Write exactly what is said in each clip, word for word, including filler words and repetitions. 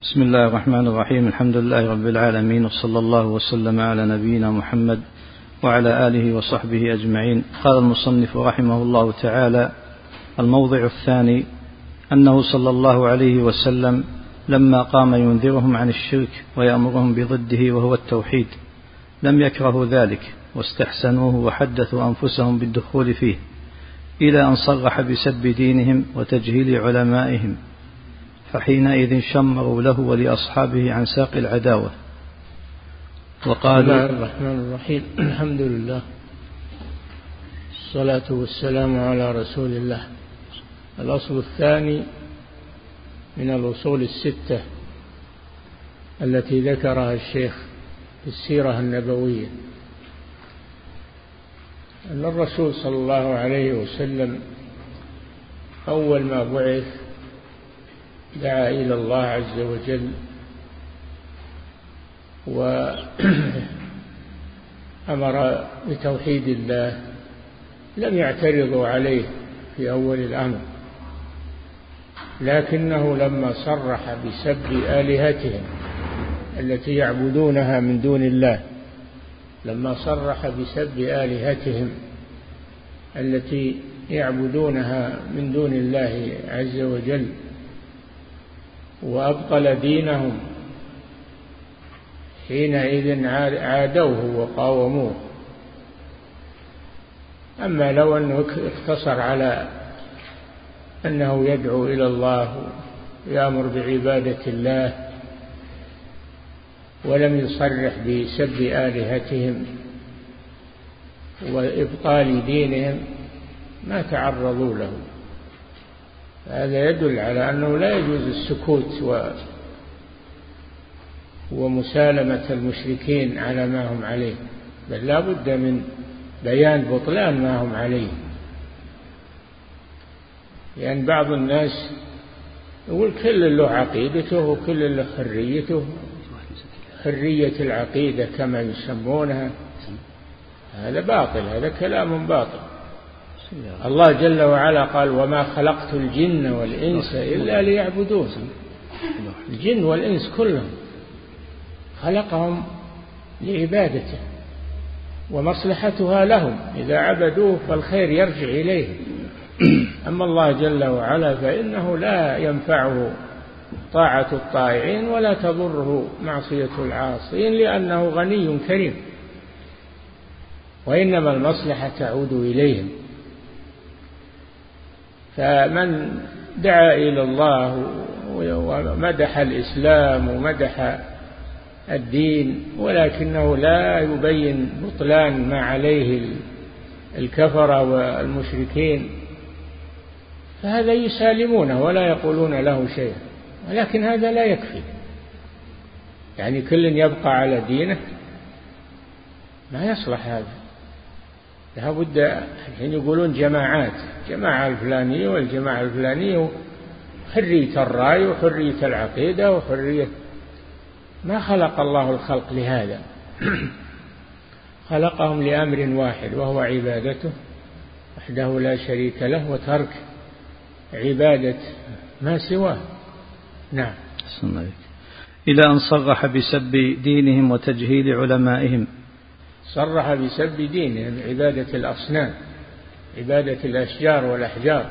بسم الله الرحمن الرحيم. الحمد لله رب العالمين، وصلى الله وسلم على نبينا محمد وعلى آله وصحبه أجمعين. قال المصنف رحمه الله تعالى: الموضع الثاني أنه صلى الله عليه وسلم لما قام ينذرهم عن الشرك ويأمرهم بضده وهو التوحيد لم يكرهوا ذلك واستحسنوه وحدثوا أنفسهم بالدخول فيه، إلى أن صرح بسب دينهم وتجهيل علمائهم، فحينئذ شمروا له ولأصحابه عن ساق العداوة وقالوا: بسم الله الرحمن الرحيم. الحمد لله، الصلاة والسلام على رسول الله. الأصل الثاني من الأصول الستة التي ذكرها الشيخ في السيرة النبوية أن الرسول صلى الله عليه وسلم أول ما بعث دعا إلى الله عز وجل وأمر بتوحيد الله، لم يعترضوا عليه في أول الأمر، لكنه لما صرح بسب آلهتهم التي يعبدونها من دون الله، لما صرح بسب آلهتهم التي يعبدونها من دون الله عز وجل وأبطل دينهم، حينئذ عادوه وقاوموه. أما لو أنه اقتصر على أنه يدعو إلى الله ويأمر بعبادة الله ولم يصرح بسب آلهتهم وإبطال دينهم ما تعرضوا له. هذا يدل على أنه لا يجوز السكوت و ومسالمة المشركين على ما هم عليه، بل لا بد من بيان بطلان ما هم عليه. لأن يعني بعض الناس يقول كل له عقيدته وكل له حريته، حرية العقيدة كما يسمونها، هذا باطل، هذا كلام باطل. الله جل وعلا قال: وما خلقت الجن والإنس إلا ليعبدون. الجن والإنس كلهم خلقهم لعبادته ومصلحتها لهم، إذا عبدوه فالخير يرجع إليه. أما الله جل وعلا فإنه لا ينفعه طاعة الطائعين ولا تضره معصية العاصين، لأنه غني كريم، وإنما المصلحة تعود إليهم. فمن دعا إلى الله ومدح الإسلام ومدح الدين ولكنه لا يبين بطلان ما عليه الكفرة والمشركين، فهذا يسالمونه ولا يقولون له شيئا، ولكن هذا لا يكفي. يعني كل يبقى على دينه، ما يصلح هذا. لا بد، الحين يقولون جماعات، جماعة الفلانية والجماعة الفلانية، حرية الرأي وحرية العقيدة وحرية. ما خلق الله الخلق لهذا، خلقهم لأمر واحد وهو عبادته وحده لا شريك له، وترك عبادة ما سواه. نعم. إلى أن صرح بسب دينهم وتجهيل علمائهم. صرح بسب دينهم، عبادة الأصنام، عبادة الأشجار والأحجار.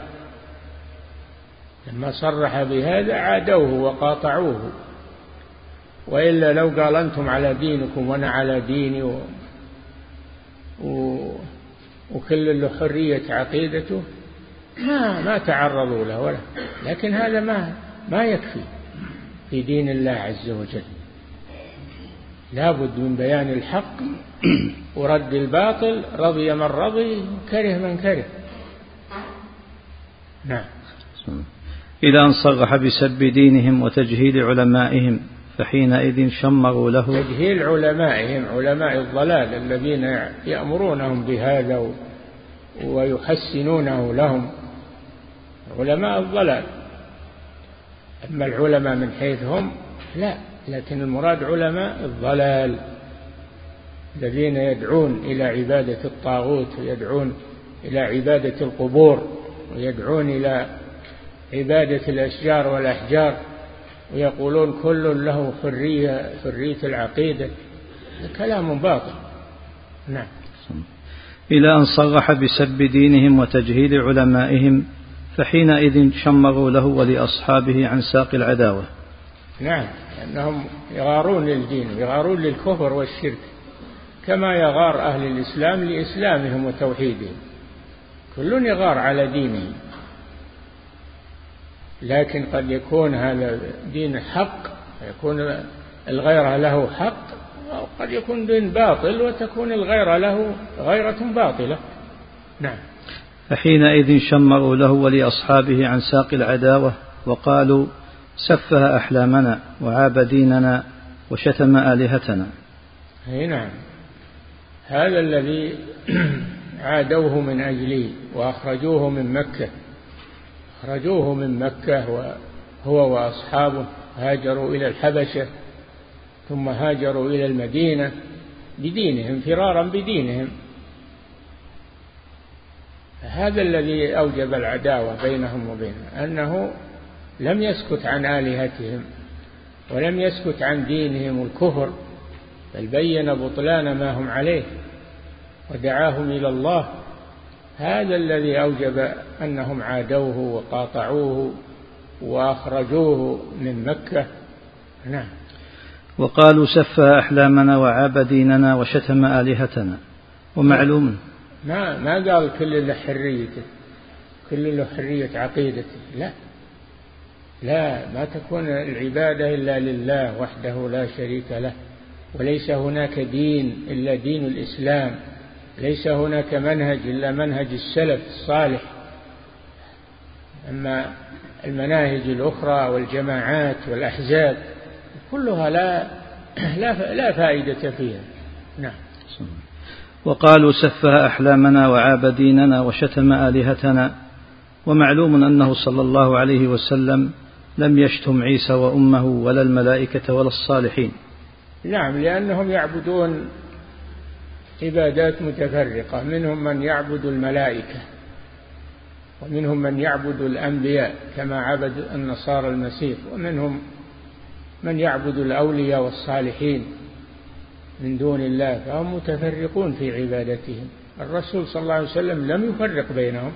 لما صرح بهذا عادوه وقاطعوه، وإلا لو قال أنتم على دينكم وأنا على ديني و... و... وكل له حرية عقيدته ما ما تعرضوا له ولا. لكن هذا ما ما يكفي في دين الله عز وجل، لا بد من بيان الحق ورد الباطل، رضي من رضي كره من كره. نعم. إلى أن صرح بسب دينهم وتجهيل علمائهم، فحينئذ شمروا له. تجهيل علمائهم، علماء الضلال الذين يأمرونهم بهذا ويحسنونه لهم، علماء الضلال. أما العلماء من حيث هم لا، لكن المراد علماء الضلال الذين يدعون إلى عبادة الطاغوت ويدعون إلى عبادة القبور ويدعون إلى عبادة الأشجار والأحجار. ويقولون كل له حرية حرية العقيدة، كلام باطل. نعم. إلى أن صرح بسب دينهم وتجهيل علمائهم، فحينئذ شمروا له ولأصحابه عن ساق العداوة. نعم، لأنهم يغارون للدين، يغارون للكفر والشرك، كما يغار أهل الإسلام لإسلامهم وتوحيدهم، كل يغار على دينه. لكن قد يكون هذا دين حق، يكون الغيرة له حق، أو قد يكون دين باطل وتكون الغيرة له غيرة باطلة. نعم. فحينئذ شمروا له ولأصحابه عن ساق العداوة، وقالوا سفه أحلامنا وعاب ديننا وشتم آلهتنا. أي نعم، هذا الذي عادوه من أجله وأخرجوه من مكة، أخرجوه من مكة وهو وأصحابه هاجروا إلى الحبشة، ثم هاجروا إلى المدينة بدينهم، فرارا بدينهم. هذا الذي أوجب العداوة بينهم وبينه، أنه لم يسكت عن آلهتهم ولم يسكت عن دينهم الكفر، بل بين بطلان ما هم عليه ودعاهم إلى الله. هذا الذي أوجب أنهم عادوه وقاطعوه وأخرجوه من مكة. نعم. وقالوا سفه أحلامنا وعاب ديننا وشتم آلهتنا. ومعلوم ما ما قال كل له حريته، كل له حرية عقيدته، لا لا، ما تكون العبادة إلا لله وحده لا شريك له، وليس هناك دين إلا دين الإسلام، ليس هناك منهج إلا منهج السلف الصالح. أما المناهج الأخرى والجماعات والأحزاب كلها لا لا لا فائدة فيها. نعم. وقالوا سفه أحلامنا وعاب ديننا وشتم آلهتنا. ومعلوم أنه صلى الله عليه وسلم لم يشتم عيسى وأمه ولا الملائكة ولا الصالحين. نعم، لأنهم يعبدون عبادات متفرقة، منهم من يعبد الملائكة ومنهم من يعبد الأنبياء كما عبد النصارى المسيح، ومنهم من يعبد الأولياء والصالحين من دون الله، فهم متفرقون في عبادتهم. الرسول صلى الله عليه وسلم لم يفرق بينهم،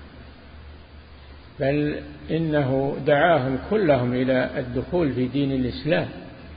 بل إنه دعاهم كلهم إلى الدخول في دين الإسلام،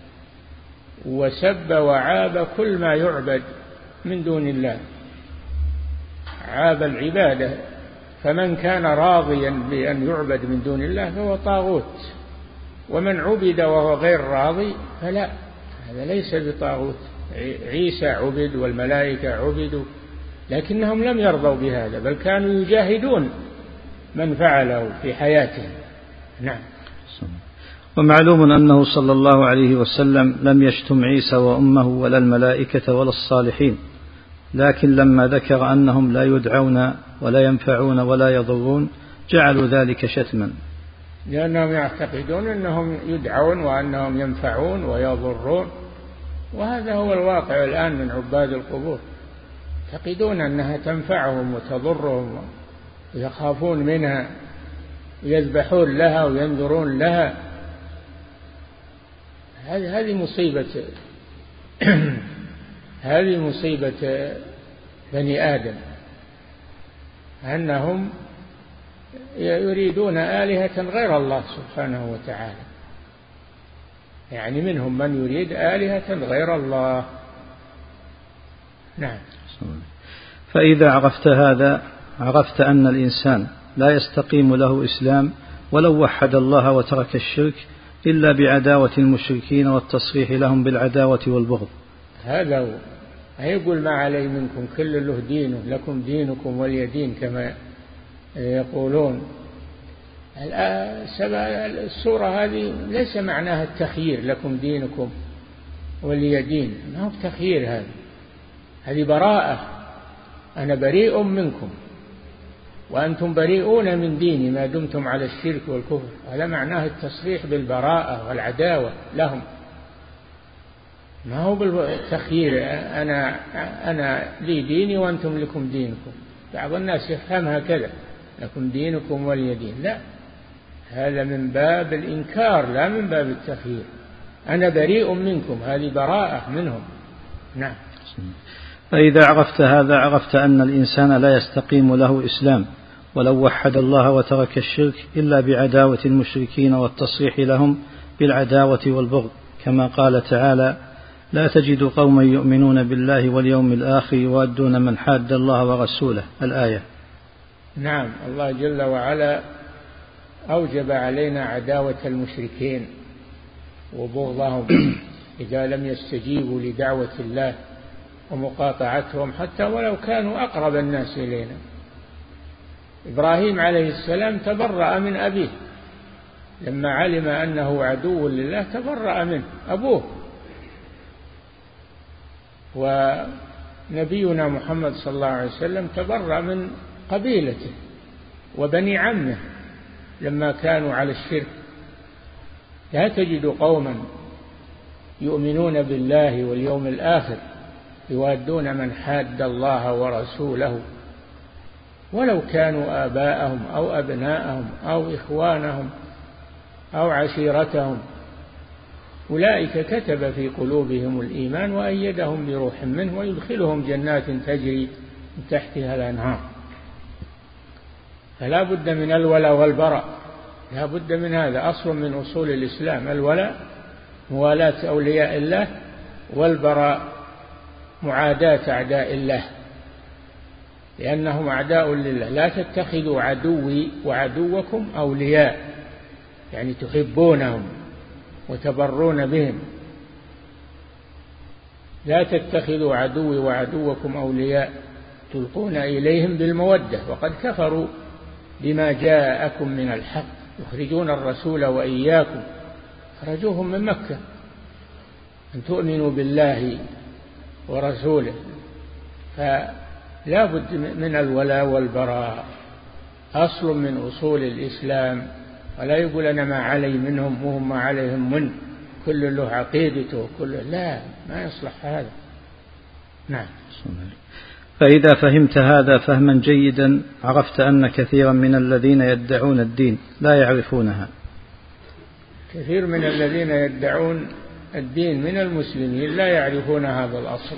وسب وعاب كل ما يعبد من دون الله، عاب العبادة. فمن كان راضيا بأن يعبد من دون الله فهو طاغوت، ومن عبد وهو غير راضي فلا، هذا ليس بطاغوت. عيسى عبد والملائكة عبدوا، لكنهم لم يرضوا بهذا، بل كانوا يجاهدون من فعله في حياتهم. نعم. ومعلوم أنه صلى الله عليه وسلم لم يشتم عيسى وأمه ولا الملائكة ولا الصالحين، لكن لما ذكر أنهم لا يدعون ولا ينفعون ولا يضرون جعلوا ذلك شتما، لأنهم يعتقدون أنهم يدعون وأنهم ينفعون ويضرون، وهذا هو الواقع الآن من عباد القبور، يعتقدون أنها تنفعهم وتضرهم ويخافون منها ويذبحون لها وينذرون لها. هذه مصيبة هذه مصيبة بني آدم، أنهم يريدون آلهة غير الله سبحانه وتعالى، يعني منهم من يريد آلهة غير الله. نعم. فإذا عرفت هذا عرفت أن الإنسان لا يستقيم له إسلام ولو وحد الله وترك الشرك إلا بعداوة المشركين والتصريح لهم بالعداوة والبغض. هذا هو، يقول ما علي منكم كل له دينه لكم دينكم ولي دين كما يقولون. السورة هذه ليس معناها التخيير لكم دينكم ولي دين، ما هو التخيير، هذا هذه براءة، أنا بريء منكم وأنتم بريئون من ديني ما دمتم على الشرك والكفر، هذا معناه التصريح بالبراءة والعداوة لهم، ما هو بالتخيير أنا أنا لي ديني وأنتم لكم دينكم. بعض الناس يفهمها كذا، لكم دينكم ولي دين، لا، هذا من باب الإنكار لا من باب التخيير. أنا بريء منكم، هذه براءة منهم. نعم. فإذا عرفت هذا عرفت أن الإنسان لا يستقيم له إسلام ولو وحد الله وترك الشرك إلا بعداوة المشركين والتصريح لهم بالعداوة والبغض، كما قال تعالى: لا تجد قوما يؤمنون بالله واليوم الآخر يوادون من حاد الله ورسوله، الآية. نعم، الله جل وعلا أوجب علينا عداوة المشركين وبغضهم إذا لم يستجيبوا لدعوة الله ومقاطعتهم حتى ولو كانوا أقرب الناس إلينا. إبراهيم عليه السلام تبرأ من أبيه لما علم أنه عدو لله، تبرأ منه أبوه. ونبينا محمد صلى الله عليه وسلم تبرأ من قبيلته وبني عمه لما كانوا على الشرك. لا تجد قوما يؤمنون بالله واليوم الآخر يوادون من حاد الله ورسوله ولو كانوا آباءهم أو أبناءهم أو إخوانهم أو عشيرتهم، أولئك كتب في قلوبهم الإيمان وأيدهم بروح منه ويدخلهم جنات تجري من تحتها الأنهار. فلا بد من الولاء والبراء، لا بد من هذا، أصل من أصول الإسلام. الولاء موالاة أولياء الله، والبراء معاداة أعداء الله لأنهم أعداء لله. لا تتخذوا عدوي وعدوكم أولياء، يعني تحبونهم وتبرون بهم. لا تتخذوا عدوي وعدوكم أولياء تلقون إليهم بالمودة وقد كفروا بما جاءكم من الحق يخرجون الرسول وإياكم، خرجوهم من مكة أن تؤمنوا بالله ورسوله. فلا بد من الولاء والبراء، أصل من أصول الإسلام. ولا يقول أنا ما علي منهم وهم ما عليهم من، كل له عقيدته كل، لا، ما يصلح هذا. نعم. فإذا فهمت هذا فهما جيدا عرفت أن كثيرا من الذين يدعون الدين لا يعرفونها. كثير من الذين يدعون الدين من المسلمين لا يعرفون هذا الأصل،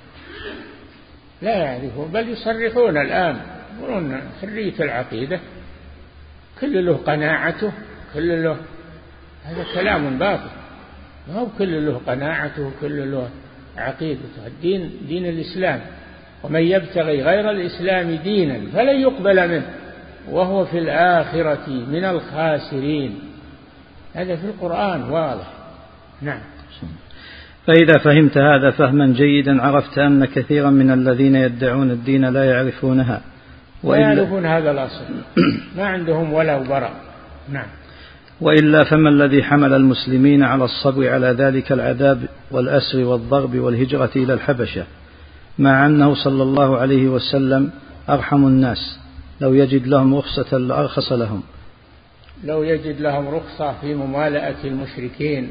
لا يعرفون، بل يصرحون الآن يقولون حرية العقيدة، كل له قناعته، كل له، هذا كلام باطل. ما هو كل له قناعته كل له عقيدته. الدين دين الإسلام، ومن يبتغي غير الإسلام دينا فلن يقبل منه وهو في الآخرة من الخاسرين. هذا في القرآن واضح. نعم. فإذا فهمت هذا فهما جيدا عرفت أن كثيرا من الذين يدعون الدين لا يعرفونها، لا يعرفون هذا الأصل، ما عندهم ولا براء. نعم. وإلا فما الذي حمل المسلمين على الصبر على ذلك العذاب والأسر والضرب والهجرة إلى الحبشة، مع أنه صلى الله عليه وسلم أرحم الناس، لو يجد لهم رخصة لأرخص لهم. لو يجد لهم رخصة في ممالأة المشركين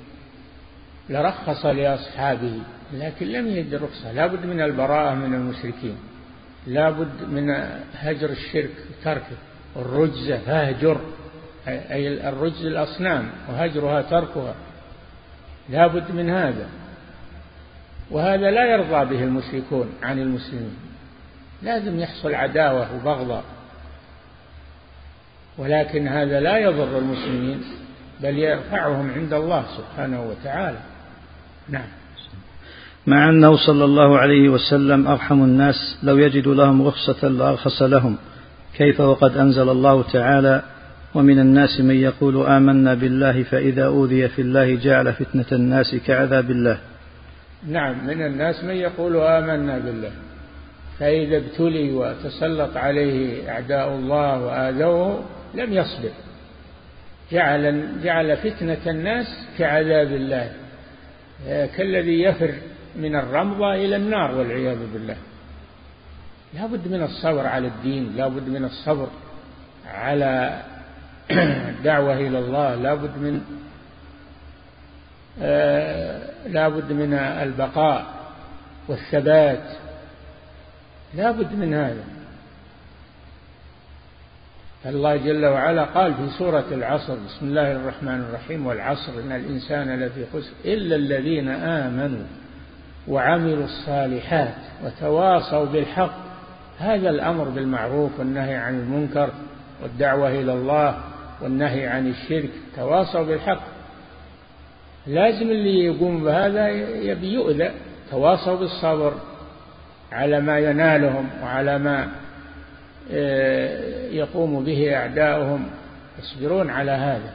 لرخص لأصحابه، لكن لم يجد رخصة. لا بد من البراءة من المشركين، لا بد من هجر الشرك تركه، الرجز فاهجر، أي الرجز الأصنام وهجرها تركها، لا بد من هذا. وهذا لا يرضى به المشركون عن المسلمين، لازم يحصل عداوة وبغضاء، ولكن هذا لا يضر المسلمين بل يرفعهم عند الله سبحانه وتعالى. نعم. مع أنه صلى الله عليه وسلم أرحم الناس، لو يجد لهم رخصة لأرخص لهم، كيف وقد أنزل الله تعالى: ومن الناس من يقول آمنا بالله فإذا أوذي في الله جعل فتنة الناس كعذاب الله. نعم، من الناس من يقول آمنا بالله فإذا ابتلي وتسلط عليه أعداء الله وآذوه لم يصبر، جعل, جعل فتنة الناس كعذاب الله، كالذي يفر من الرمضة إلى النار والعياذ بالله. لا بد من الصبر على الدين، لا بد من الصبر على الدعوة إلى الله، لا بد من آه لا بد من البقاء والثبات، لا بد من هذا. الله جل وعلا قال في سورة العصر: بسم الله الرحمن الرحيم، والعصر إن الإنسان لفي خسر إلا الذين آمنوا وعملوا الصالحات وتواصوا بالحق. هذا الأمر بالمعروف والنهي عن المنكر والدعوة إلى الله والنهي عن الشرك، تواصوا بالحق. لازم اللي يقوم بهذا يبي يؤذى. تواصوا بالصبر على ما ينالهم وعلى ما يقوم به أعداؤهم، يصبرون على هذا.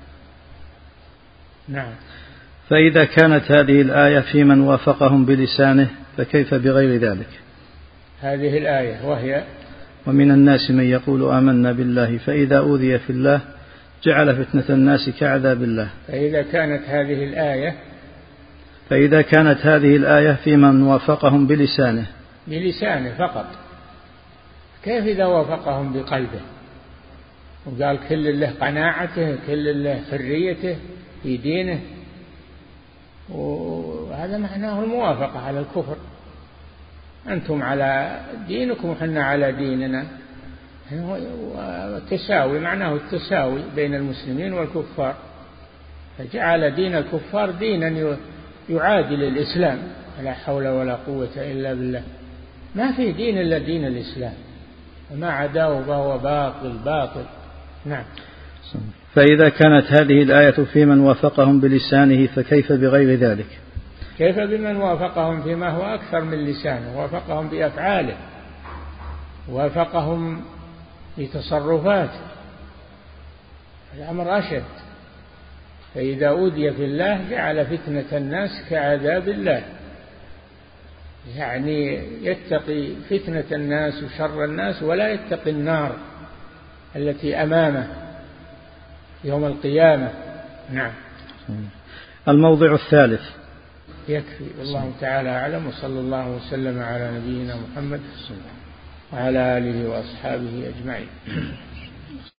نعم. فإذا كانت هذه الآية في من وافقهم بلسانه فكيف بغير ذلك؟ هذه الآية وهي: ومن الناس من يقول آمنا بالله فإذا أوذي في الله جعل فتنة الناس كعذاب الله. فإذا كانت هذه الآية فإذا كانت هذه الآية في من وافقهم بلسانه بلسانه فقط، كيف إذا وافقهم بقلبه وقال كل له قناعته، كل له حريته في دينه، وهذا معناه الموافقة على الكفر. أنتم على دينكم وحنا على ديننا، والتساوي معناه التساوي بين المسلمين والكفار، فجعل دين الكفار دينا يعادل الإسلام. لا حول ولا قوة إلا بالله. ما في دين إلا دين الإسلام، وما عداه فهو باطل باطل. نعم. فإذا كانت هذه الآية في من وافقهم بلسانه فكيف بغير ذلك؟ كيف بمن وافقهم فيما هو أكثر من لسانه؟ وافقهم بأفعاله، وافقهم بتصرفاته، الأمر أشد. فإذا أوذي في الله جعل فتنة الناس كعذاب الله، يعني يتقي فتنة الناس وشر الناس ولا يتقي النار التي أمامه يوم القيامة. نعم. الموضع الثالث. يكفي، والله تعالى أعلم، وصلى الله وسلم على نبينا محمد وعلى آله وأصحابه أجمعين.